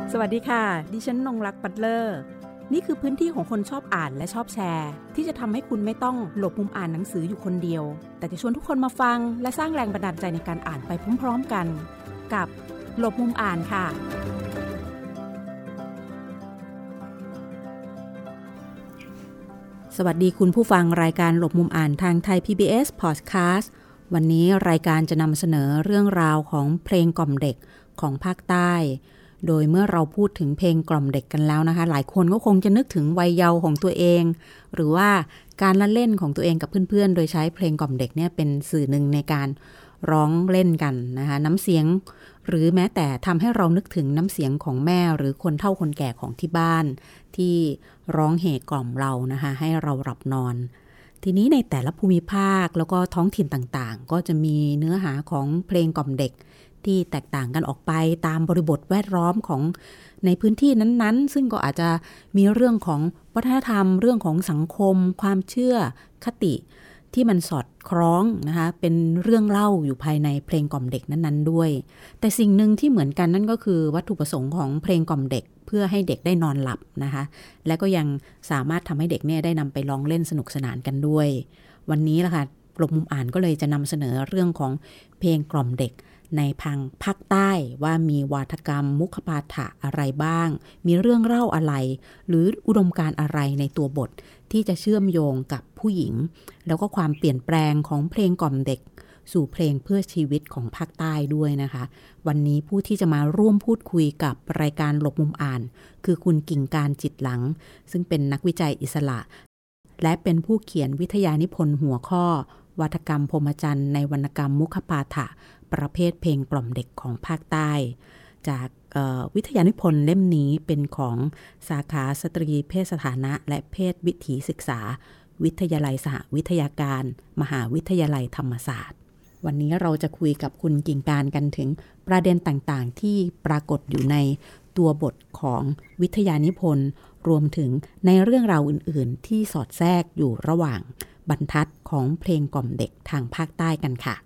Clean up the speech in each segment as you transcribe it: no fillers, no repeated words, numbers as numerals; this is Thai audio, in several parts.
สวัสดีค่ะดิฉันนงรักปัตเลอร์นี่คือพื้นที่ของคนชอบอ่านและชอบแชร์ที่จะทำให้คุณไม่ต้องหลบมุมอ่านหนังสืออยู่คนเดียวแต่จะชวนทุกคนมาฟังและสร้างแรงบันดาลใจในการอ่านไปพร้อมๆกันกับหลบมุมอ่านค่ะสวัสดีคุณผู้ฟังรายการหลบมุมอ่านทางไทย PBS Podcast วันนี้รายการจะนำเสนอเรื่องราวของเพลงกล่อมเด็กของภาคใต้โดยเมื่อเราพูดถึงเพลงกล่อมเด็กกันแล้วนะคะหลายคนก็คงจะนึกถึงวัยเยาว์ของตัวเองหรือว่าการละเล่นของตัวเองกับเพื่อนๆโดยใช้เพลงกล่อมเด็กเนี่ยเป็นสื่อหนึ่งในการร้องเล่นกันนะคะน้ำเสียงหรือแม้แต่ทำให้เรานึกถึงน้ำเสียงของแม่หรือคนเฒ่าคนแก่ของที่บ้านที่ร้องเห่กล่อมเรานะคะให้เราหลับนอนทีนี้ในแต่ละภูมิภาคแล้วก็ท้องถิ่นต่างๆก็จะมีเนื้อหาของเพลงกล่อมเด็กที่แตกต่างกันออกไปตามบริบทแวดล้อมของในพื้นที่นั้นๆซึ่งก็อาจจะมีเรื่องของวัฒนธรรมเรื่องของสังคมความเชื่อคติที่มันสอดคล้องนะคะเป็นเรื่องเล่าอยู่ภายในเพลงกล่อมเด็กนั้นๆด้วยแต่สิ่งหนึ่งที่เหมือนกันนั่นก็คือวัตถุประสงค์ของเพลงกล่อมเด็กเพื่อให้เด็กได้นอนหลับนะคะและก็ยังสามารถทำให้เด็กเนี่ยได้นำไปร้องเล่นสนุกสนานกันด้วยวันนี้ล่ะค่ะหลบมุมอ่านก็เลยจะนำเสนอเรื่องของเพลงกล่อมเด็กในภาคใต้ว่ามีวาทกรรมมุขปาฐะอะไรบ้างมีเรื่องเล่าอะไรหรืออุดมการณ์อะไรในตัวบทที่จะเชื่อมโยงกับผู้หญิงแล้วก็ความเปลี่ยนแปลงของเพลงกล่อมเด็กสู่เพลงเพื่อชีวิตของภาคใต้ด้วยนะคะวันนี้ผู้ที่จะมาร่วมพูดคุยกับรายการหลบมุมอ่านคือคุณกิ่งการจิตหลังซึ่งเป็นนักวิจัยอิสระและเป็นผู้เขียนวิทยานิพนธ์หัวข้อวาทกรรมพรหมจรรย์ในวรรณกรรมมุขปาฐะประเภทเพลงกล่อมเด็กของภาคใต้จากวิทยานิพนธ์เล่มนี้เป็นของสาขาสตรีเพศสถานะและเพศวิถีศึกษาวิทยาลัยสหวิทยาการมหาวิทยาลัยธรรมศาสตร์วันนี้เราจะคุยกับคุณกิ่งการกันถึงประเด็นต่างๆที่ปรากฏอยู่ในตัวบทของวิทยานิพนธ์รวมถึงในเรื่องราวอื่นๆที่สอดแทรกอยู่ระหว่างบรรทัดของเพลงกล่อมเด็กทางภาคใต้กันค่ะ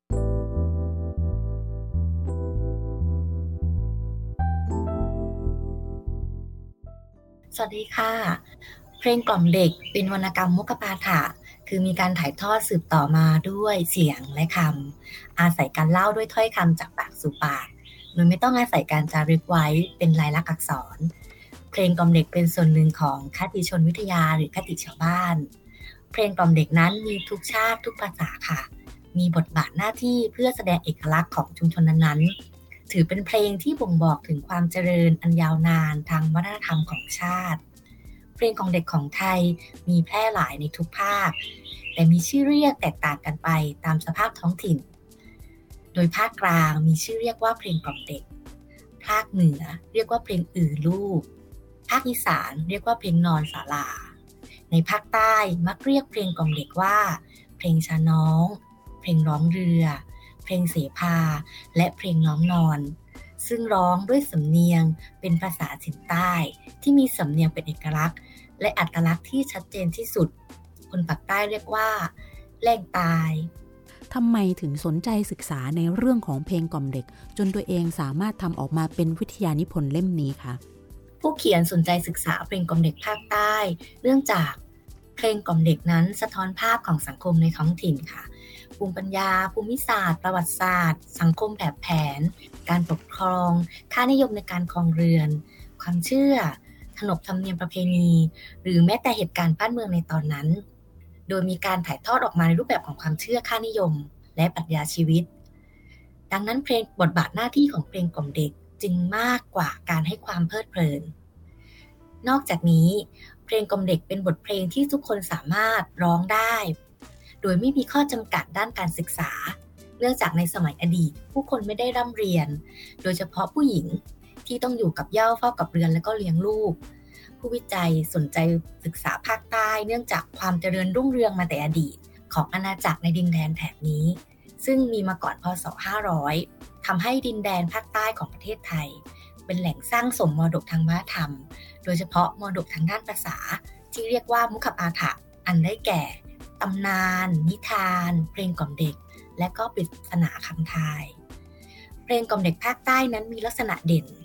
สวัสดีค่ะเพลงกล่อมเด็กเป็นวรรณกรรมมุขปาฐะคือมีการถ่ายทอดสืบต่อมาด้วยเสียงและคำอาศัยการเล่าด้วยถ้อยคำจากปากสู่ปากโดยไม่ต้องอาศัยการจารึกไว้เป็นลายลักษณ์อักษรเพลงกล่อมเด็กเป็นส่วนหนึ่งของคติชนวิทยาหรือคติชาวบ้านเพลงกล่อมเด็กนั้นมีทุกชาติทุกภาษาค่ะมีบทบาทหน้าที่เพื่อแสดงเอกลักษณ์ของชุมชนนั้นๆถือเป็นเพลงที่บ่งบอกถึงความเจริญอันยาวนานทางวัฒนธรรมของชาติเพลงของเด็กของไทยมีแพร่หลายในทุกภาคแต่มีชื่อเรียกแตกต่างกันไปตามสภาพท้องถิ่นโดยภาคกลางมีชื่อเรียกว่าเพลงกล่อมเด็กภาคเหนือเรียกว่าเพลงอือลูกภาคอีสานเรียกว่าเพลงนอนศาลาในภาคใต้มักเรียกเพลงกล่อมเด็กว่าเพลงชาน้องเพลงร้องเรือเพลงเสภาและเพลงน้องนอนซึ่งร้องด้วยสำเนียงเป็นภาษาถิ่นใต้ที่มีสำเนียงเป็นเอกลักษณ์และอัตลักษณ์ที่ชัดเจนที่สุดคนปากใต้เรียกว่าแล่งตายทำไมถึงสนใจศึกษาในเรื่องของเพลงกล่อมเด็กจนตัวเองสามารถทำออกมาเป็นวิทยานิพนธ์เล่มนี้คะผู้เขียนสนใจศึกษาเพลงกล่อมเด็กภาคใต้เนื่องจากเพลงกล่อมเด็กนั้นสะท้อนภาพของสังคมในท้องถิ่นค่ะภูมิปัญญาภูมิศาสตร์ประวัติศาสตร์สังคมแบบแผนการปกครองค่านิยมในการครองเรือนความเชื่อขนบธรรมเนียมประเพณีหรือแม้แต่เหตุการณ์บ้านเมืองในตอนนั้นโดยมีการถ่ายทอดออกมาในรูปแบบของความเชื่อค่านิยมและปรัชญาชีวิตดังนั้นเพลงบทบาทหน้าที่ของเพลงกล่อมเด็กจึงมากกว่าการให้ความเพลิดเพลินนอกจากนี้เพลงกล่อมเด็กเป็นบทเพลงที่ทุกคนสามารถร้องได้โดยไม่มีข้อจำกัดด้านการศึกษาเนื่องจากในสมัยอดีตผู้คนไม่ได้ร่ำเรียนโดยเฉพาะผู้หญิงที่ต้องอยู่กับเหย้าเฝ้ากับเรือนและก็เลี้ยงลูกผู้วิจัยสนใจศึกษาภาคใต้เนื่องจากความเจริญรุ่งเรืองมาแต่อดีตของอาณาจักรในดินแดนแถบนี้ซึ่งมีมาก่อนพ.ศ. 500ทำให้ดินแดนภาคใต้ของประเทศไทยเป็นแหล่งสร้างสมมรดกทางวัฒนธรรมโดยเฉพาะมรดกทางด้านภาษาที่เรียกว่ามุขปาฐะอันได้แก่ตำนานนิทานเพลงกล่อมเด็กและก็ปริศนาคำทายเพลงกล่อมเด็กภาคใต้นั้นมีลักษณะเด่น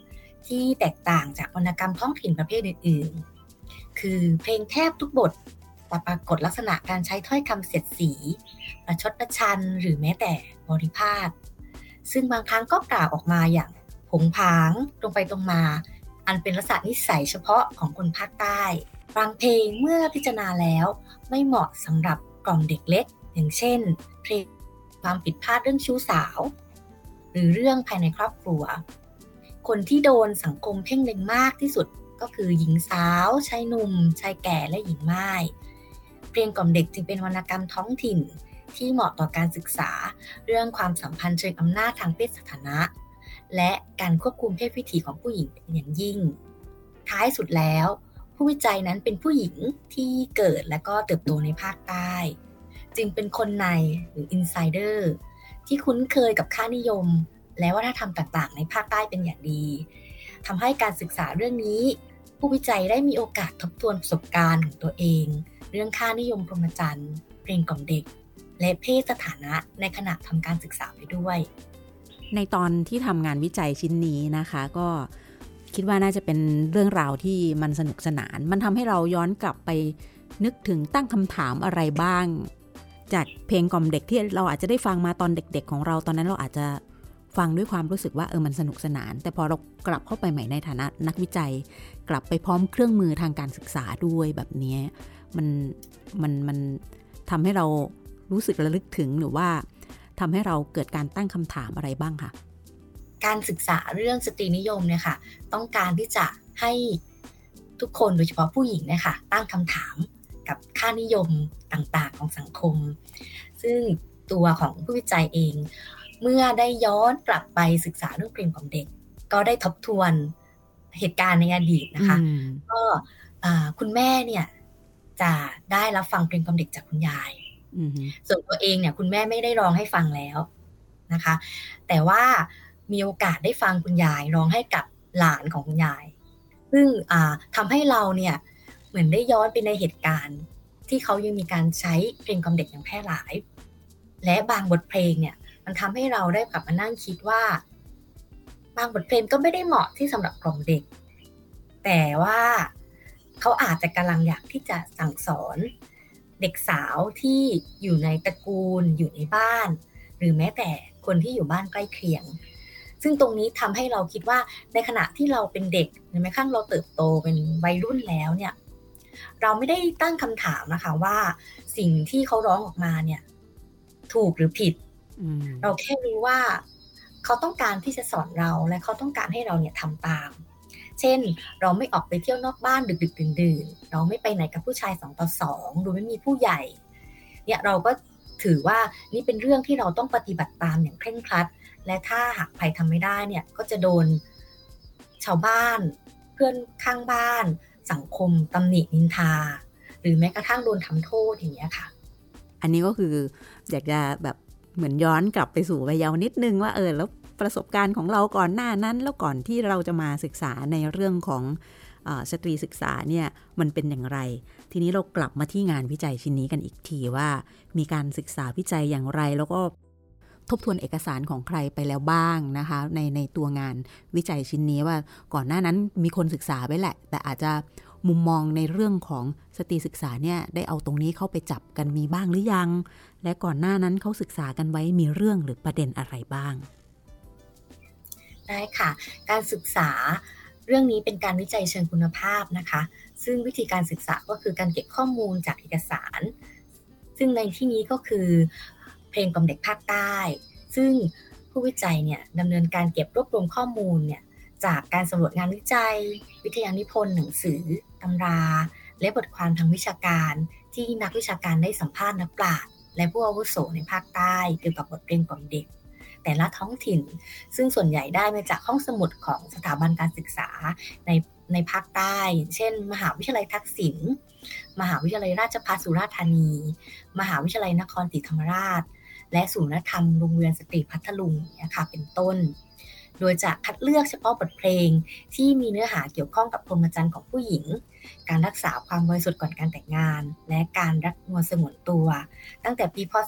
ที่แตกต่างจากวรรณกรรมท้องถิ่นประเภทอื่นๆคือเพลงแทบทุกบทจะปรากฏลักษณะการใช้ถ้อยคำเสียดสีประชดประชันหรือแม้แต่บริพาทซึ่งบางครั้งก็กล่าวออกมาอย่างผงผางตรงไปตรงมาอันเป็นลักษณะนิสัยเฉพาะของคนภาคใต้บางเพลงเมื่อพิจารณาแล้วไม่เหมาะสำหรับกล่อมเด็กเล็กอย่างเช่นเพลงความผิดพลาดเรื่องชู้สาวหรือเรื่องภายในครอบครัวคนที่โดนสังคมเพ่งเล็งมากที่สุดก็คือหญิงสาวชายหนุ่มชายแก่และหญิงม่ายเพลงกล่อมเด็กจึงเป็นวรรณกรรมท้องถิ่นที่เหมาะต่อการศึกษาเรื่องความสัมพันธ์เชิงอำนาจทางเพศสถานะและการควบคุมเพศวิถีของผู้หญิงเป็นอย่างยิ่งท้ายสุดแล้วผู้วิจัยนั้นเป็นผู้หญิงที่เกิดและก็เติบโตในภาคใต้จึงเป็นคนในหรืออินไซเดอร์ที่คุ้นเคยกับค่านิยมและวัฒนธรรมต่างๆในภาคใต้เป็นอย่างดีทำให้การศึกษาเรื่องนี้ผู้วิจัยได้มีโอกาสทบทวนประสบการณ์ของตัวเองเรื่องค่านิยมพรหมจรรย์เพลงกล่อมเด็กและเพศสถานะในขณะทำการศึกษาไปด้วยในตอนที่ทำงานวิจัยชิ้นนี้นะคะก็คิดว่าน่าจะเป็นเรื่องราวที่มันสนุกสนานมันทำให้เราย้อนกลับไปนึกถึงตั้งคำถามอะไรบ้างจากเพลงกล่อมเด็กที่เราอาจจะได้ฟังมาตอนเด็กๆของเราตอนนั้นเราอาจจะฟังด้วยความรู้สึกว่ามันสนุกสนานแต่พอเรากลับเข้าไปใหม่ในฐานะนักวิจัยกลับไปพร้อมเครื่องมือทางการศึกษาด้วยแบบนี้มันทำให้เรารู้สึกระลึกถึงหรือว่าทำให้เราเกิดการตั้งคำถามอะไรบ้างคะการศึกษาเรื่องสตรีนิยมเนี่ยค่ะต้องการที่จะให้ทุกคนโดยเฉพาะผู้หญิงเนี่ยค่ะตั้งคำถามกับค่านิยมต่างๆของสังคมซึ่งตัวของผู้วิจัยเองเมื่อได้ย้อนกลับไปศึกษาเรื่องเพลงของเด็กก็ได้ทบทวนเหตุการณ์ในอดีตนะคะก็คุณแม่เนี่ยจะได้รับฟังเพลงของเด็กจากคุณยายส่วนตัวเองเนี่ยคุณแม่ไม่ได้ร้องให้ฟังแล้วนะคะแต่ว่ามีโอกาสได้ฟังคุณยายร้องให้กับหลานของคุณยายซึ่งทำให้เราเนี่ยเหมือนได้ย้อนไปในเหตุการณ์ที่เขายังมีการใช้เพลงกล่อมเด็กอย่างแพร่หลายและบางบทเพลงเนี่ยมันทำให้เราได้กลับมานั่งคิดว่าบางบทเพลงก็ไม่ได้เหมาะที่สำหรับกล่อมเด็กแต่ว่าเขาอาจจะกำลังอยากที่จะสั่งสอนเด็กสาวที่อยู่ในตระกูลอยู่ในบ้านหรือแม้แต่คนที่อยู่บ้านใกล้เคียงซึ่งตรงนี้ทำให้เราคิดว่าในขณะที่เราเป็นเด็กในแม้กระทั่งเราเติบโตเป็นวัยรุ่นแล้วเนี่ยเราไม่ได้ตั้งคำถามนะคะว่าสิ่งที่เขาร้องออกมาเนี่ยถูกหรือผิดเราแค่รู้ว่าเขาต้องการที่จะสอนเราและเขาต้องการให้เราเนี่ยทำตามเช่นเราไม่ออกไปเที่ยวนอกบ้านดึกๆดื่นๆเราไม่ไปไหนกับผู้ชาย2 ต่อ 2โดยไม่มีผู้ใหญ่เนี่ยเราก็ถือว่านี่เป็นเรื่องที่เราต้องปฏิบัติตามอย่างเคร่งครัดและถ้าหากใครทำไม่ได้เนี่ยก็จะโดนชาวบ้านเพื่อนข้างบ้านสังคมตำหนินินทาหรือแม้กระทั่งโดนทำโทษอย่างเงี้ยค่ะอันนี้ก็คืออยากจะแบบเหมือนย้อนกลับไปสู่วัยเยาว์นิดนึงว่าแล้วประสบการณ์ของเราก่อนหน้านั้นแล้วก่อนที่เราจะมาศึกษาในเรื่องของสตรีศึกษาเนี่ยมันเป็นอย่างไรทีนี้เรากลับมาที่งานวิจัยชิ้นนี้กันอีกทีว่ามีการศึกษาวิจัยอย่างไรแล้วก็ทบทวนเอกสารของใครไปแล้วบ้างนะคะในตัวงานวิจัยชิ้นนี้ว่าก่อนหน้านั้นมีคนศึกษาไว้แหละแต่อาจจะมุมมองในเรื่องของสตรีศึกษาเนี่ยได้เอาตรงนี้เข้าไปจับกันมีบ้างหรือยังและก่อนหน้านั้นเขาศึกษากันไว้มีเรื่องหรือประเด็นอะไรบ้างได้ค่ะการศึกษาเรื่องนี้เป็นการวิจัยเชิงคุณภาพนะคะซึ่งวิธีการศึกษาก็คือการเก็บข้อมูลจากเอกสารซึ่งในที่นี้ก็คือเพลงกล่อมเด็กภาคใต้ซึ่งผู้วิจัยเนี่ยดำเนินการเก็บรวบรวมข้อมูลเนี่ยจากการสำรวจงานวิจัยวิทยานิพนธ์หนังสือตำราและบทความทางวิชาการที่นักวิชาการได้สัมภาษณ์นักปราชญ์และผู้อาวุโสในภาคใต้เกี่ยวกับบทเพลงกล่อมเด็กแต่ละท้องถิ่นซึ่งส่วนใหญ่ได้มาจากห้องสมุดของสถาบันการศึกษาในภาคใต้เช่นมหาวิทยาลัยทักษิณมหาวิทยาลัยราชภัฏสุราษฎร์ธานีมหาวิทยาลัยนครศรีธรรมราชและศูนย์วัฒนธรรมโรงเรียนสตรีพัทลุงนะคะเป็นต้นโดยจะคัดเลือกเฉพาะบทเพลงที่มีเนื้อหาเกี่ยวข้องกับพรหมจรรย์ของผู้หญิงการรักษาความบริสุทธิ์ก่อนการแต่งงานและการรักนวลสงวนตัวตั้งแต่ปีพ.ศ.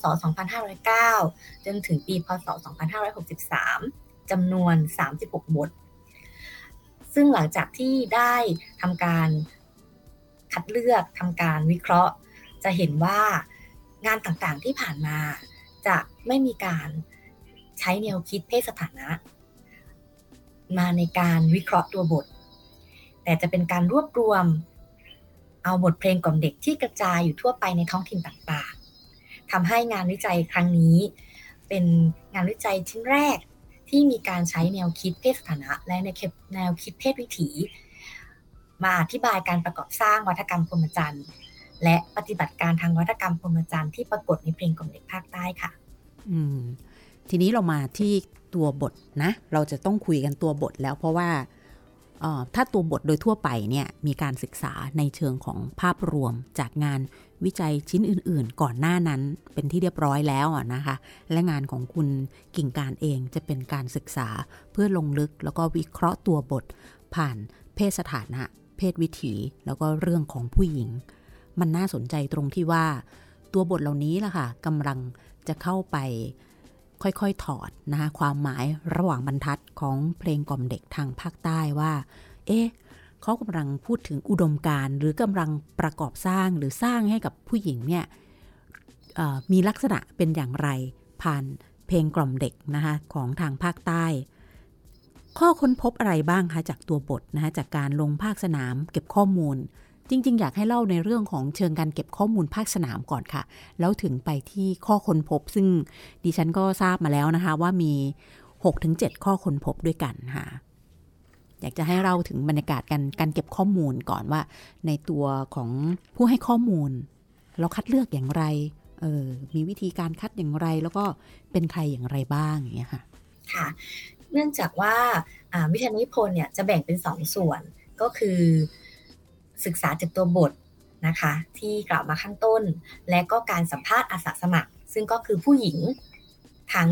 2509จนถึงปีพ.ศ. 2563จำนวน36บทซึ่งหลังจากที่ได้ทำการคัดเลือกทำการวิเคราะห์จะเห็นว่างานต่างๆที่ผ่านมาจะไม่มีการใช้แนวคิดเพศสถานะมาในการวิเคราะห์ตัวบทแต่จะเป็นการรวบรวมเอาบทเพลงกล่อมเด็กที่กระจายอยู่ทั่วไปในท้องถิ่นต่างๆทำให้งานวิจัยครั้งนี้เป็นงานวิจัยชิ้นแรกที่มีการใช้แนวคิดเพศสถานะและแนวคิดเพศวิถีมาอธิบายการประกอบสร้างวัฒกรรมพรหมจรรย์และปฏิบัติการทางวัฒกรรมพรหมจรรย์ที่ปรากฏในเพลงกล่อมเด็กภาคใต้ค่ะทีนี้เรามาที่ตัวบทนะเราจะต้องคุยกันตัวบทแล้วเพราะว่าถ้าตัวบทโดยทั่วไปเนี่ยมีการศึกษาในเชิงของภาพรวมจากงานวิจัยชิ้นอื่นๆก่อนหน้านั้นเป็นที่เรียบร้อยแล้วนะคะและงานของคุณกิ่งการเองจะเป็นการศึกษาเพื่อลงลึกแล้วก็วิเคราะห์ตัวบทผ่านเพศสถานะเพศวิถีแล้วก็เรื่องของผู้หญิงมันน่าสนใจตรงที่ว่าตัวบทเหล่านี้ล่ะค่ะกำลังจะเข้าไปค่อยๆถอดนะคะความหมายระหว่างบรรทัดของเพลงกล่อมเด็กทางภาคใต้ว่าเขากำลังพูดถึงอุดมการณ์หรือกำลังประกอบสร้างหรือสร้างให้กับผู้หญิงเนี่ยมีลักษณะเป็นอย่างไรผ่านเพลงกล่อมเด็กนะคะของทางภาคใต้ข้อค้นพบอะไรบ้างคะจากตัวบทนะคะจากการลงภาคสนามเก็บข้อมูลจริงๆอยากให้เล่าในเรื่องของเชิงการเก็บข้อมูลภาคสนามก่อนค่ะแล้วถึงไปที่ข้อค้นพบซึ่งดิฉันก็ทราบมาแล้วนะคะว่ามี 6-7 ข้อค้นพบด้วยกันค่ะอยากจะให้เล่าถึงบรรยากาศการเก็บข้อมูลก่อนว่าในตัวของผู้ให้ข้อมูลเราคัดเลือกอย่างไรมีวิธีการคัดอย่างไรแล้วก็เป็นใครอย่างไรบ้างอย่างเงี้ยค่ะค่ะเนื่องจากว่าวิทยานิพนธ์เนี่ยจะแบ่งเป็น2ส่วนก็คือศึกษาจากตัวบทนะคะที่กล่าวมาข้างต้นและก็การสัมภาษณ์อาสาสมัครซึ่งก็คือผู้หญิงทั้ง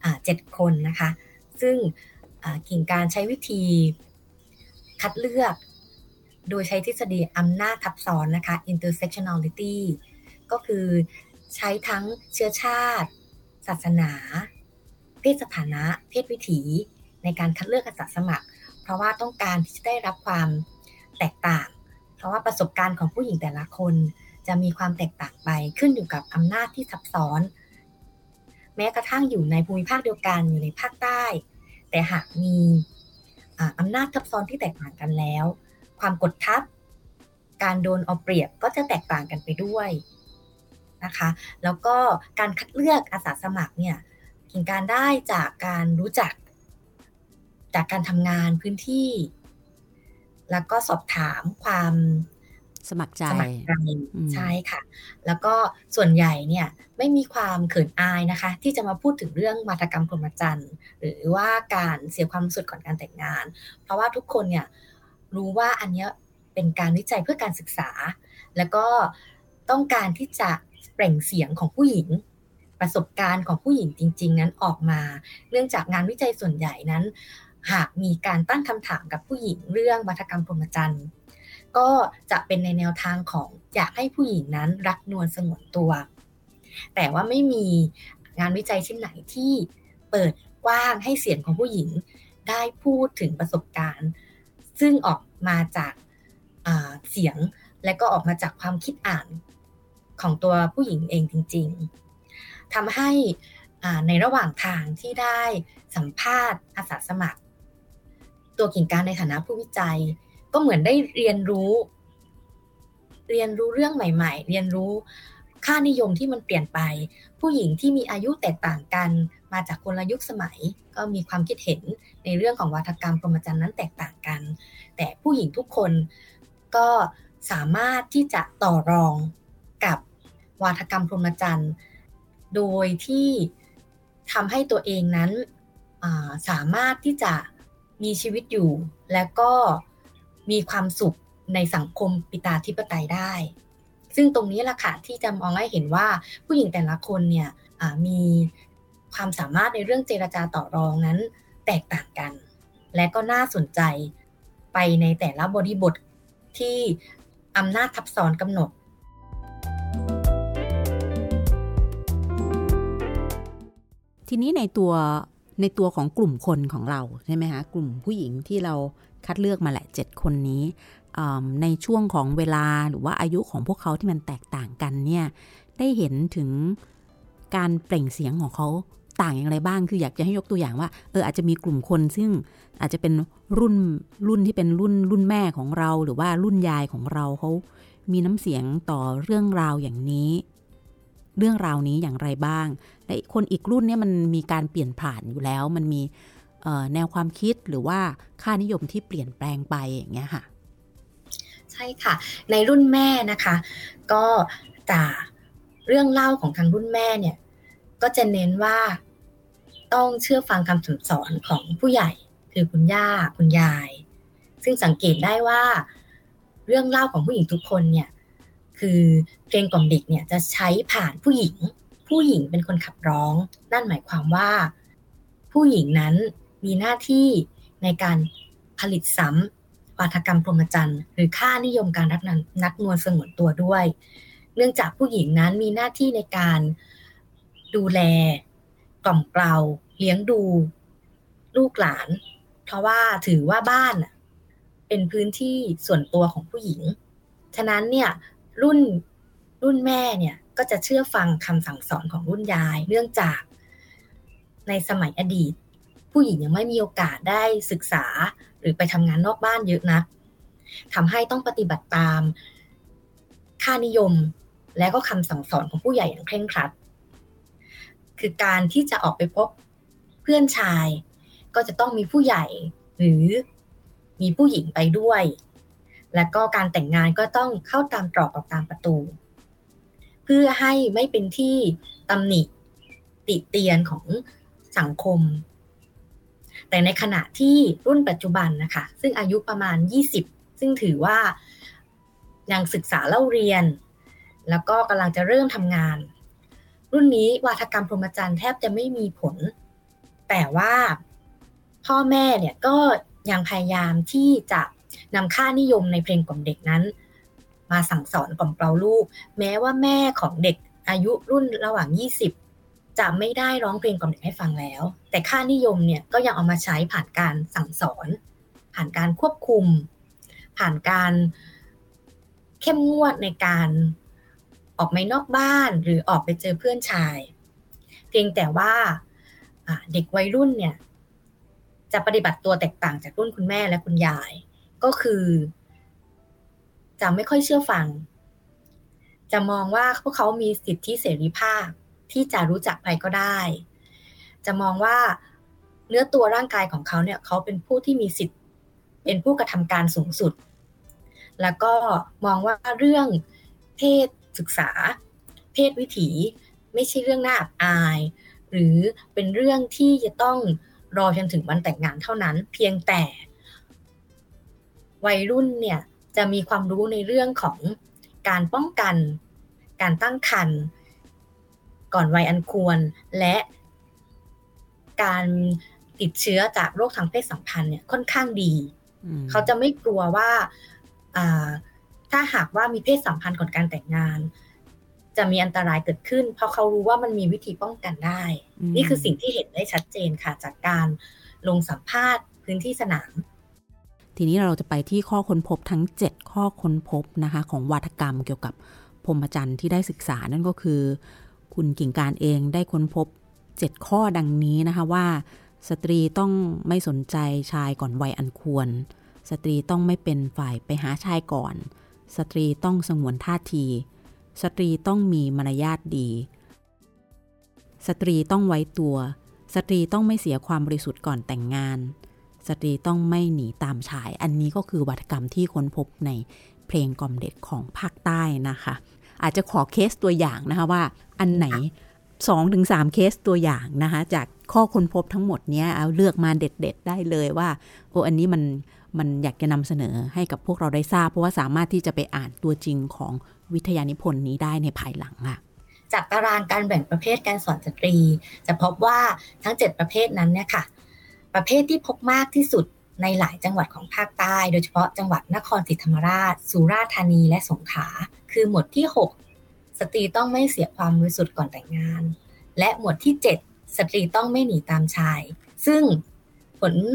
7คนนะคะซึ่งกิ่งการใช้วิธีคัดเลือกโดยใช้ทฤษฎีอำนาจทับซ้อนนะคะ intersectionality ก็คือใช้ทั้งเชื้อชาติศาสนาเพศสถานะเพศวิถีในการคัดเลือกอาสาสมัครเพราะว่าต้องการที่จะได้รับความแตกต่างเพราะว่าประสบการณ์ของผู้หญิงแต่ละคนจะมีความแตกต่างไปขึ้นอยู่กับอำนาจที่ซับซ้อนแม้กระทั่งอยู่ในภูมิภาคเดียวกันอยู่ในภาคใต้แต่หากมีอำนาจทับซ้อนที่แตกต่างกันแล้วความกดทับการโดนเอาเปรียบก็จะแตกต่างกันไปด้วยนะคะแล้วก็การคัดเลือกอาสาสมัครเนี่ยกิ่งการได้จากการรู้จักจากการทำงานพื้นที่แล้วก็สอบถามความสมัครใจใช่ค่ะแล้วก็ส่วนใหญ่เนี่ยไม่มีความเขินอายนะคะที่จะมาพูดถึงเรื่องวาทกรรมพรหมจรรย์หรือว่าการเสียความรู้สึกก่อนการแต่งงานเพราะว่าทุกคนเนี่ยรู้ว่าอันนี้เป็นการวิจัยเพื่อการศึกษาแล้วก็ต้องการที่จะเปล่งเสียงของผู้หญิงประสบการณ์ของผู้หญิงจริงๆนั้นออกมาเนื่องจากงานวิจัยส่วนใหญ่นั้นหากมีการตั้งคำถามกับผู้หญิงเรื่องวาทกรรมพรหมจรรย์ก็จะเป็นในแนวทางของอยากให้ผู้หญิงนั้นรักนวลสงวนตัวแต่ว่าไม่มีงานวิจัยชิ้นไหนที่เปิดกว้างให้เสียงของผู้หญิงได้พูดถึงประสบการณ์ซึ่งออกมาจากเสียงและก็ออกมาจากความคิดอ่านของตัวผู้หญิงเองจริงๆทำให้ในระหว่างทางที่ได้สัมภาษณ์อาสาสมัครตัวกิ่งการในฐานะผู้วิจัยก็เหมือนได้เรียนรู้เรื่องใหม่ๆเรียนรู้ค่านิยมที่มันเปลี่ยนไปผู้หญิงที่มีอายุแตกต่างกันมาจากคนละยุคสมัยก็มีความคิดเห็นในเรื่องของวาทกรรมพรหมจรรย์นั้นแตกต่างกันแต่ผู้หญิงทุกคนก็สามารถที่จะต่อรองกับวาทกรรมพรหมจรรย์โดยที่ทำให้ตัวเองนั้นสามารถที่จะมีชีวิตอยู่และก็มีความสุขในสังคมปิตาธิปไตยได้ซึ่งตรงนี้แหละค่ะที่จะมองให้เห็นว่าผู้หญิงแต่ละคนเนี่ยมีความสามารถในเรื่องเจรจาต่อรองนั้นแตกต่างกันและก็น่าสนใจไปในแต่ละบริบทที่อำนาจทับซ้อนกำหนดทีนี้ในตัวของกลุ่มคนของเราใช่ไหมคะกลุ่มผู้หญิงที่เราคัดเลือกมาแหละ7คนนี้ในช่วงของเวลาหรือว่าอายุของพวกเขาที่มันแตกต่างกันเนี่ยได้เห็นถึงการเปล่งเสียงของเขาต่างอย่างไรบ้างคืออยากจะให้ยกตัวอย่างว่าอาจจะมีกลุ่มคนซึ่งอาจจะเป็นรุ่นที่เป็นรุ่นแม่ของเราหรือว่ารุ่นยายของเราเขามีน้ำเสียงต่อเรื่องราวอย่างนี้เรื่องราวนี้อย่างไรบ้างและคนอีกรุ่นเนี่ยมันมีการเปลี่ยนผ่านอยู่แล้วมันมีแนวความคิดหรือว่าค่านิยมที่เปลี่ยนแปลงไปอย่างเงี้ยค่ะใช่ค่ะในรุ่นแม่นะคะก็จากเรื่องเล่าของทางรุ่นแม่เนี่ยก็จะเน้นว่าต้องเชื่อฟังคำสั่งสอนของผู้ใหญ่คือคุณย่าคุณยายซึ่งสังเกตได้ว่าเรื่องเล่าของผู้หญิงทุกคนเนี่ยคือเพลงกล่อมเด็กเนี่ยจะใช้ผ่านผู้หญิงเป็นคนขับร้องนั่นหมายความว่าผู้หญิงนั้นมีหน้าที่ในการผลิตซ้ำวาทกรรมพรหมจรรย์หรือค่านิยมการนัดนวลสงวนตัวด้วยเนื่องจากผู้หญิงนั้นมีหน้าที่ในการดูแลกล่อมเกลาเลี้ยงดูลูกหลานเพราะว่าถือว่าบ้านเป็นพื้นที่ส่วนตัวของผู้หญิงฉะนั้นเนี่ยรุ่นแม่เนี่ยก็จะเชื่อฟังคำสั่งสอนของรุ่นยายเนื่องจากในสมัยอดีตผู้หญิงยังไม่มีโอกาสได้ศึกษาหรือไปทำงานนอกบ้านเยอะนักทำให้ต้องปฏิบัติตามค่านิยมและก็คำสั่งสอนของผู้ใหญ่อย่างเคร่งครัดคือการที่จะออกไปพบเพื่อนชายก็จะต้องมีผู้ใหญ่หรือมีผู้หญิงไปด้วยและก็การแต่งงานก็ต้องเข้าตามตรอกออกตามประตูเพื่อให้ไม่เป็นที่ตำหนิติเตียนของสังคมแต่ในขณะที่รุ่นปัจจุบันนะคะซึ่งอายุประมาณ20ซึ่งถือว่ายังศึกษาเล่าเรียนแล้วก็กำลังจะเริ่มทำงานรุ่นนี้วาทกรรมพรหมจรรย์แทบจะไม่มีผลแต่ว่าพ่อแม่เนี่ยก็ยังพยายามที่จะนำค่านิยมในเพลงกล่อมเด็กนั้นมาสั่งสอนกล่อมเกลาลูกแม้ว่าแม่ของเด็กอายุรุ่นระหว่าง20จะไม่ได้ร้องเพลงกล่อมเด็กให้ฟังแล้วแต่ค่านิยมเนี่ยก็ยังเอามาใช้ผ่านการสั่งสอนผ่านการควบคุมผ่านการเข้มงวดในการออกไปนอกบ้านหรือออกไปเจอเพื่อนชายเพียงแต่ว่าเด็กวัยรุ่นเนี่ยจะปฏิบัติตัวแตกต่างจากรุ่นคุณแม่และคุณยายก็คือจะไม่ค่อยเชื่อฟังจะมองว่าพวกเขามีสิทธิเสรีภาพที่จะรู้จักใครก็ได้จะมองว่าเนื้อตัวร่างกายของเขาเนี่ยเขาเป็นผู้ที่มีสิทธิ์เป็นผู้กระทำการสูงสุดแล้วก็มองว่าเรื่องเพศศึกษาเพศวิถีไม่ใช่เรื่องน่าอับอายหรือเป็นเรื่องที่จะต้องรอจนถึงวันแต่งงานเท่านั้นเพียงแต่วัยรุ่นเนี่ยจะมีความรู้ในเรื่องของการป้องกันการตั้งครรภ์ก่อนวัยอันควรและการติดเชื้อจากโรคทางเพศสัมพันธ์เนี่ยค่อนข้างดีเขาจะไม่กลัวว่าถ้าหากว่ามีเพศสัมพันธ์ก่อนการแต่งงานจะมีอันตรายเกิดขึ้นเพราะเขารู้ว่ามันมีวิธีป้องกันได้นี่คือสิ่งที่เห็นได้ชัดเจนค่ะจากการลงสัมภาษณ์พื้นที่สนามทีนี้เราจะไปที่ข้อค้นพบทั้ง7ข้อค้นพบนะคะของวาทกรรมเกี่ยวกับพรหมจรรย์ที่ได้ศึกษานั่นก็คือคุณกิ่งการเองได้ค้นพบ7ข้อดังนี้นะคะว่าสตรีต้องไม่สนใจชายก่อนวัยอันควรสตรีต้องไม่เป็นฝ่ายไปหาชายก่อนสตรีต้องสงวนท่าทีสตรีต้องมีมารยาทดีสตรีต้องไว้ตัวสตรีต้องไม่เสียความบริสุทธิ์ก่อนแต่งงานสตรีต้องไม่หนีตามชายอันนี้ก็คือวาทกรรมที่ค้นพบในเพลงกล่อมเด็กของภาคใต้นะคะอาจจะขอเคสตัวอย่างนะคะว่าอันไหน 2-3 เคสตัวอย่างนะคะจากข้อค้นพบทั้งหมดเนี้ยเอาเลือกมาเด็ดๆได้เลยว่าอันนี้มันอยากจะนำเสนอให้กับพวกเราได้ทราบเพราะว่าสามารถที่จะไปอ่านตัวจริงของวิทยานิพนธ์นี้ได้ในภายหลังค่ะจากตารางการแบ่งประเภทการสอนสตรีจะพบว่าทั้ง7ประเภทนั้นเนี่ยค่ะประเภทที่พบมากที่สุดในหลายจังหวัดของภาคใต้โดยเฉพาะจังหวัดนครศรีธรรมราชสุราษฎร์ธานีและสงขลาคือหมวดที่6สตรีต้องไม่เสียความบริสุทธิ์ก่อนแต่งงานและหมวดที่7สตรีต้องไม่หนีตามชายซึ่งผล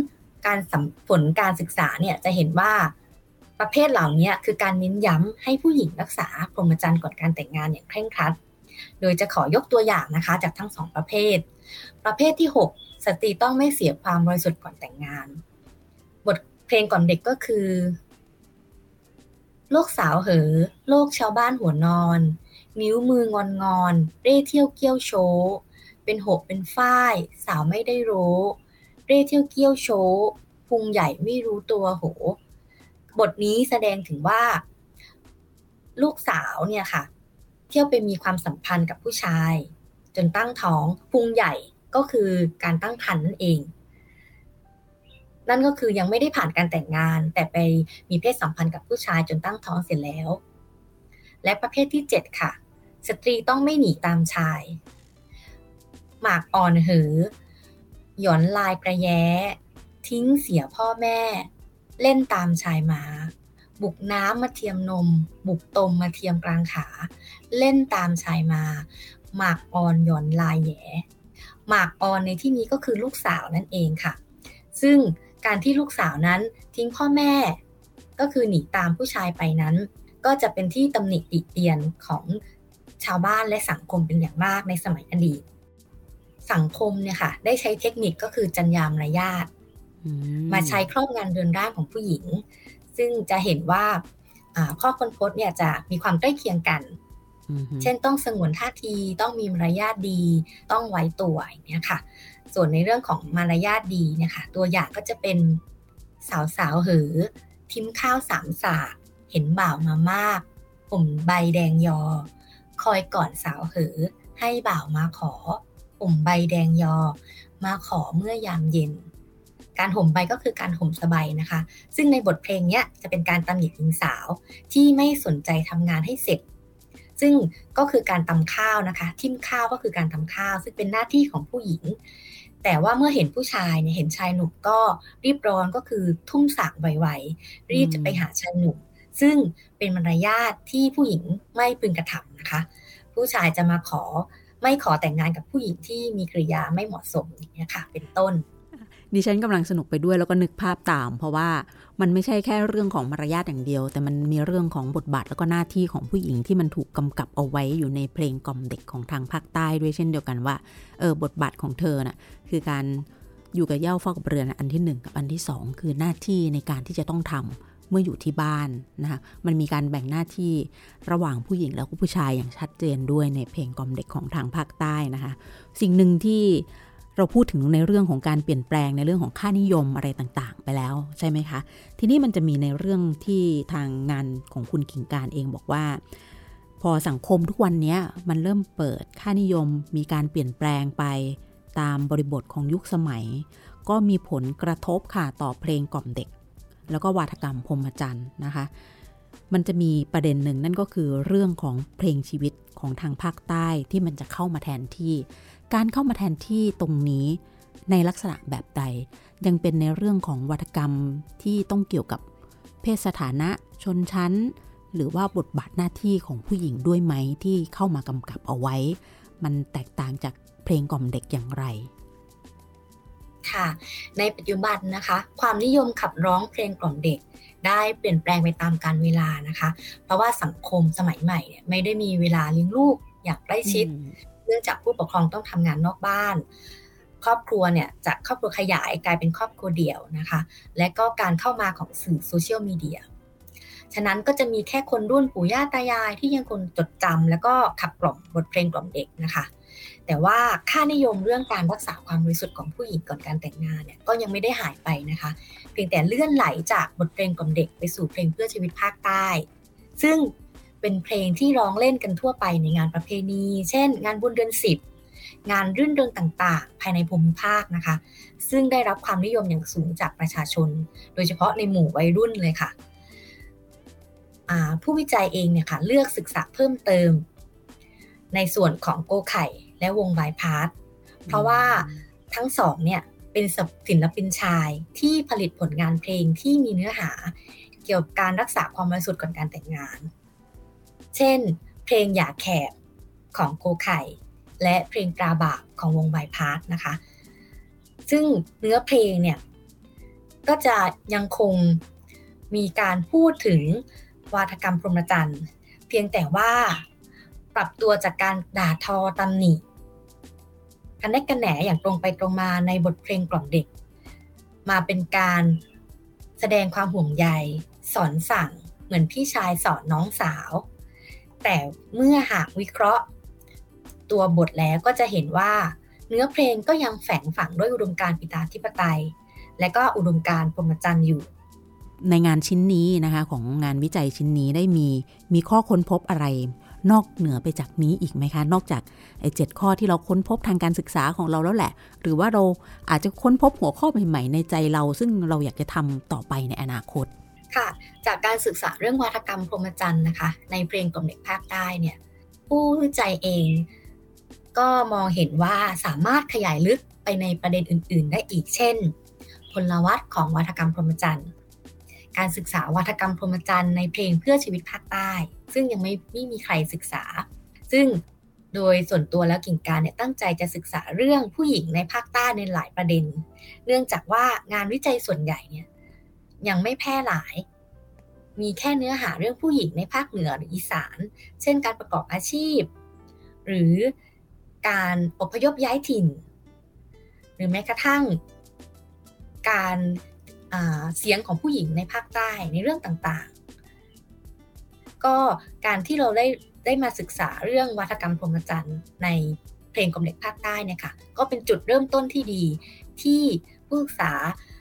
ผลการศึกษาเนี่ยจะเห็นว่าประเภทเหล่านี้คือการเน้นย้ำให้ผู้หญิงรักษาพรหมจรรย์ก่อนการแต่งงานอย่างเคร่งครัดโดยจะขอยกตัวอย่างนะคะจากทั้ง2ประเภทที่6สตรีต้องไม่เสียความบริสุทธิ์ก่อนแต่งงานบทเพลงก่อนเด็กก็คือโลกสาวเหอโลกชาวบ้านหัวนอนนิ้วมืองอนเร่เที่ยวเกี้ยวโชเป็นหกเป็นฝ้ายสาวไม่ได้รู้เร่เที่ยวเกี้ยวโชพุงใหญ่ไม่รู้ตัวโหบทนี้แสดงถึงว่าลูกสาวเนี่ยค่ะเที่ยวไปมีความสัมพันธ์กับผู้ชายจนตั้งท้องพุงใหญ่ก็คือการตั้งครรภ์นั่นเองนั่นก็คือยังไม่ได้ผ่านการแต่งงานแต่ไปมีเพศสัมพันธ์กับผู้ชายจนตั้งท้องเสร็จแล้วและประเภทที่7ค่ะสตรีต้องไม่หนีตามชายหมากอ่อนเหอหย่อนลายกระแย้ทิ้งเสียพ่อแม่เล่นตามชายมาบุกน้ำมาเทียมนมบุกตมมาเทียมกลางขาเล่นตามชายมาหมากอ่อนหย่อนลายแหย่หมากอ่อนในที่นี้ก็คือลูกสาวนั่นเองค่ะซึ่งการที่ลูกสาวนั้นทิ้งพ่อแม่ก็คือหนีตามผู้ชายไปนั้นก็จะเป็นที่ตำหนิติเตียนของชาวบ้านและสังคมเป็นอย่างมากในสมัยอดีตสังคมเนี่ยค่ะได้ใช้เทคนิคก็คือจรรยามารยาทมาใช้ครอบงำเรือนร่างของผู้หญิงซึ่งจะเห็นว่าข้อค้นพบเนี่ยจะมีความใกล้เคียงกันเช่นต้องสงวนท่าทีต้องมีมารยาทดีต้องไว้ตัวอย่างเงี้ยค่ะส่วนในเรื่องของมารยาทดีเนี่ยค่ะตัวอย่างก็จะเป็นสาวเหอทิ้มข้าว3 สากเห็นบ่าวมามากผมใบแดงยอคอยก่อนสาวเหอให้บ่าวมาขอผมใบแดงยอมาขอเมื่อยามเย็นการห่มใบก็คือการห่มสบายนะคะซึ่งในบทเพลงนี้จะเป็นการตำหนิหญิงสาวที่ไม่สนใจทำงานให้เสร็จซึ่งก็คือการตำข้าวนะคะทิ่มข้าวก็คือการตำข้าวซึ่งเป็นหน้าที่ของผู้หญิงแต่ว่าเมื่อเห็นผู้ชายเนี่ยเห็นชายหนุ่มก็รีบร้อนก็คือทุ่มสากไวๆรีบจะไปหาชายหนุ่มซึ่งเป็นมารยาทที่ผู้หญิงไม่พึงกระทำนะคะผู้ชายจะมาไม่ขอแต่งงานกับผู้หญิงที่มีกริยาไม่เหมาะสมอย่างนี้ค่ะเป็นต้นดิฉันกำลังสนุกไปด้วยแล้วก็นึกภาพตามเพราะว่ามันไม่ใช่แค่เรื่องของมารยาทอย่างเดียวแต่มันมีเรื่องของบทบาทแล้วก็หน้าที่ของผู้หญิงที่มันถูกกำกับเอาไว้อยู่ในเพลงกล่อมเด็กของทางภาคใต้ด้วยเช่นเดียวกันว่าบทบาทของเธอน่ะคือการอยู่กับเหย้าเฝ้ากับเรือนอันที่1กับอันที่2คือหน้าที่ในการที่จะต้องทำเมื่ออยู่ที่บ้านนะคะมันมีการแบ่งหน้าที่ระหว่างผู้หญิงแล้วก็ผู้ชายอย่างชัดเจนด้วยในเพลงกล่อมเด็กของทางภาคใต้นะคะสิ่งหนึ่งที่เราพูดถึงในเรื่องของการเปลี่ยนแปลงในเรื่องของค่านิยมอะไรต่างๆไปแล้วใช่ไหมคะทีนี้มันจะมีในเรื่องที่ทางงานของคุณกิ่งการเองบอกว่าพอสังคมทุกวันนี้มันเริ่มเปิดค่านิยมมีการเปลี่ยนแปลงไปตามบริบทของยุคสมัยก็มีผลกระทบค่ะต่อเพลงกล่อมเด็กแล้วก็วาทกรรมพรหมจรรย์นะคะมันจะมีประเด็นหนึ่งนั่นก็คือเรื่องของเพลงชีวิตของทางภาคใต้ที่มันจะเข้ามาแทนที่การเข้ามาแทนที่ตรงนี้ในลักษณะแบบใดยังเป็นในเรื่องของวาทกรรมที่ต้องเกี่ยวกับเพศสถานะชนชั้นหรือว่าบทบาทหน้าที่ของผู้หญิงด้วยไหมที่เข้ามากำกับเอาไว้มันแตกต่างจากเพลงกล่อมเด็กอย่างไรค่ะในปัจจุบันนะคะความนิยมขับร้องเพลงกล่อมเด็กได้เปลี่ยนแปลงไปตามกาลเวลานะคะเพราะว่าสังคมสมัยใหม่เนี่ยไม่ได้มีเวลาเลี้ยงลูกอย่างใกล้ชิดเนื่องจากผู้ปกครองต้องทำงานนอกบ้านครอบครัวเนี่ยจากครอบครัวขยายกลายเป็นครอบครัวเดี่ยวนะคะและก็การเข้ามาของสื่อโซเชียลมีเดียฉะนั้นก็จะมีแค่คนรุ่นปู่ย่าตายายที่ยังคงจดจำแล้วก็ขับกล่อมบทเพลงกล่อมเด็กนะคะแต่ว่าค่านิยมเรื่องการรักษาความบริสุทธิ์ของผู้หญิงก่อนการแต่งงานเนี่ยก็ยังไม่ได้หายไปนะคะเพียงแต่เลื่อนไหลจากบทเพลงกล่อมเด็กไปสู่เพลงเพื่อชีวิตภาคใต้ซึ่งเป็นเพลงที่ร้องเล่นกันทั่วไปในงานประเพณีเช่นงานบุญเดือน10งานรื่นเริงต่างๆภายในภูมิภาคนะคะซึ่งได้รับความนิยมอย่างสูงจากประชาชนโดยเฉพาะในหมู่วัยรุ่นเลยค่ะผู้วิจัยเองเนี่ยค่ะเลือกศึกษาเพิ่มเติมในส่วนของโกไข่และวงบายพาสเพราะว่าทั้งสองเนี่ยเป็นศิลปินชายที่ผลิตผลงานเพลงที่มีเนื้อหาเกี่ยวกับการรักษาความบริสุทธิ์ก่อนการแต่งงานเช่นเพลงหย่าแขกของโกไข่และเพลงตราบาปของวงบายพาสนะคะซึ่งเนื้อเพลงเนี่ยก็จะยังคงมีการพูดถึงวาทกรรมพรหมจรรย์เพียงแต่ว่าปรับตัวจากการด่าทอตำหนิกันแน่กันแหนอย่างตรงไปตรงมาในบทเพลงกล่อมเด็กมาเป็นการแสดงความห่วงใยสอนสั่งเหมือนพี่ชายสอนน้องสาวแต่เมื่อหากวิเคราะห์ตัวบทแล้วก็จะเห็นว่าเนื้อเพลงก็ยังแฝงฝังด้วยอุดมการณ์ปิตาธิปไตยและก็อุดมการณ์พรหมจรรย์อยู่ในงานชิ้นนี้นะคะของงานวิจัยชิ้นนี้ได้มีข้อค้นพบอะไรนอกเหนือไปจากนี้อีกไหมคะนอกจากไอ้7ข้อที่เราค้นพบทางการศึกษาของเราแล้วแหละหรือว่าเราอาจจะค้นพบหัวข้อใหม่ๆในใจเราซึ่งเราอยากจะทำต่อไปในอนาคตค่ะจากการศึกษาเรื่องวาทกรรมพรหมจรรย์นะคะในเพลงกล่อมเด็กภาคใต้เนี่ยผู้วิจัยเองก็มองเห็นว่าสามารถขยายลึกไปในประเด็นอื่นๆได้อีกเช่นพลวัตของวาทกรรมพรหมจรรย์การศึกษาวาทกรรมพรหมจรรย์ในเพลงเพื่อชีวิตภาคใต้ซึ่งยังไม่มีใครศึกษาซึ่งโดยส่วนตัวแล้วกิ่งการเนี่ยตั้งใจจะศึกษาเรื่องผู้หญิงในภาคใต้ในหลายประเด็นเนื่องจากว่างานวิจัยส่วนใหญ่เนี่ยยังไม่แพร่หลายมีแค่เนื้อหาเรื่องผู้หญิงในภาคเหนือหรืออีสานเช่นการประกอบอาชีพหรือการอพยพย้ายถิ่นหรือแม้กระทั่งการเสียงของผู้หญิงในภาคใต้ในเรื่องต่างๆก็การที่เราได้มาศึกษาเรื่องวาทกรรมพรหมจรรย์ในเพลงกล่อมเด็กภาคใต้เนี่ยค่ะก็เป็นจุดเริ่มต้นที่ดีที่ผู้ศึกษา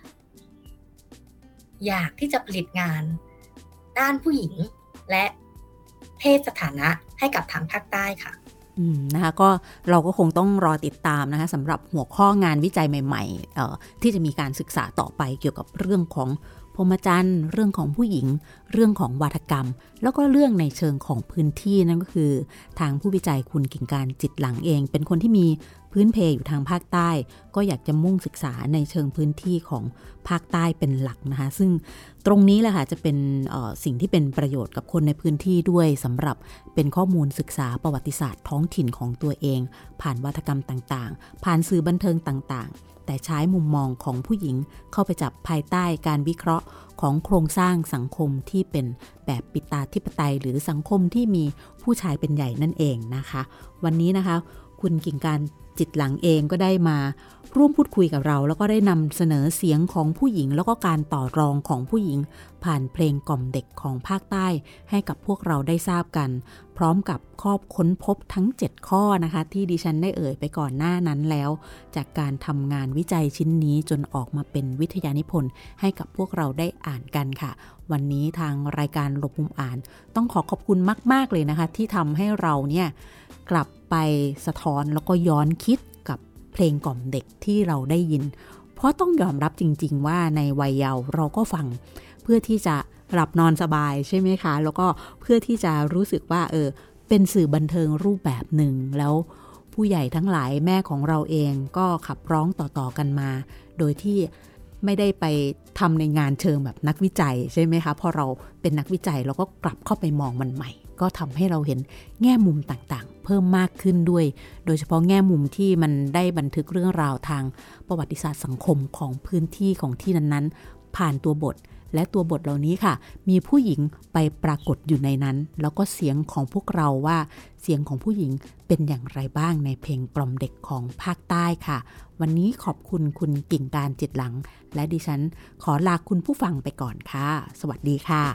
อยากที่จะผลิตงานด้านผู้หญิงและเพศสถานะให้กับทางภาคใต้ค่ะนะคะก็เราก็คงต้องรอติดตามนะคะสำหรับหัวข้องานวิจัยใหม่ๆที่จะมีการศึกษาต่อไปเกี่ยวกับเรื่องของพรหมจรรย์เรื่องของผู้หญิงเรื่องของวาทกรรมแล้วก็เรื่องในเชิงของพื้นที่นั่นก็คือทางผู้วิจัยคุณกิ่งการจิตหลังเองเป็นคนที่มีพื้นเพอยู่ทางภาคใต้ก็อยากจะมุ่งศึกษาในเชิงพื้นที่ของภาคใต้เป็นหลักนะคะซึ่งตรงนี้แหละค่ะจะเป็นสิ่งที่เป็นประโยชน์กับคนในพื้นที่ด้วยสำหรับเป็นข้อมูลศึกษาประวัติศาสตร์ท้องถิ่นของตัวเองผ่านวาทกรรมต่างๆผ่านสื่อบันเทิงต่างๆแต่ใช้มุมมองของผู้หญิงเข้าไปจับภายใต้การวิเคราะห์ของโครงสร้างสังคมที่เป็นแบบปิตาธิปไตยหรือสังคมที่มีผู้ชายเป็นใหญ่นั่นเองนะคะวันนี้นะคะคุณกิ่งการจิตหลังเองก็ได้มาร่วมพูดคุยกับเราแล้วก็ได้นำเสนอเสียงของผู้หญิงแล้วก็การต่อรองของผู้หญิงผ่านเพลงกล่อมเด็กของภาคใต้ให้กับพวกเราได้ทราบกันพร้อมกับข้อค้นพบทั้ง7ข้อนะคะที่ดิฉันได้เอ่ยไปก่อนหน้านั้นแล้วจากการทำงานวิจัยชิ้นนี้จนออกมาเป็นวิทยานิพนธ์ให้กับพวกเราได้อ่านกันค่ะวันนี้ทางรายการหลบมุมอ่านต้องขอบคุณมากๆเลยนะคะที่ทำให้เราเนี่ยกลับไปสะท้อนแล้วก็ย้อนคิดกับเพลงกล่อมเด็กที่เราได้ยินเพราะต้องยอมรับจริงๆว่าในวัยเยาว์เราก็ฟังเพื่อที่จะหลับนอนสบายใช่ไหมคะแล้วก็เพื่อที่จะรู้สึกว่าเป็นสื่อบันเทิงรูปแบบหนึ่งแล้วผู้ใหญ่ทั้งหลายแม่ของเราเองก็ขับร้องต่อๆกันมาโดยที่ไม่ได้ไปทำในงานเชิงแบบนักวิจัยใช่ไหมคะพอเราเป็นนักวิจัยเราก็กลับเข้าไปมองมันใหม่ก็ทำให้เราเห็นแง่มุมต่างๆเพิ่มมากขึ้นด้วยโดยเฉพาะแง่มุมที่มันได้บันทึกเรื่องราวทางประวัติศาสตร์สังคมของพื้นที่ของที่นั้นๆผ่านตัวบทและตัวบทเหล่านี้ค่ะมีผู้หญิงไปปรากฏอยู่ในนั้นแล้วก็เสียงของพวกเราว่าเสียงของผู้หญิงเป็นอย่างไรบ้างในเพลงกล่อมเด็กของภาคใต้ค่ะวันนี้ขอบคุณคุณกิ่งการจิตหลังและดิฉันขอลาคุณผู้ฟังไปก่อนค่ะสวัสดีค่ะ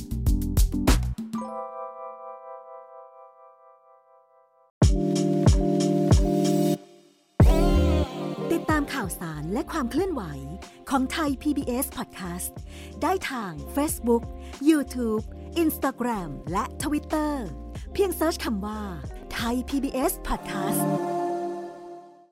ติดตามข่าวสารและความเคลื่อนไหวของไทย PBS Podcast ได้ทาง Facebook, YouTube, Instagram และ Twitter เพียงเสิร์ชคำว่า Thai PBS Podcast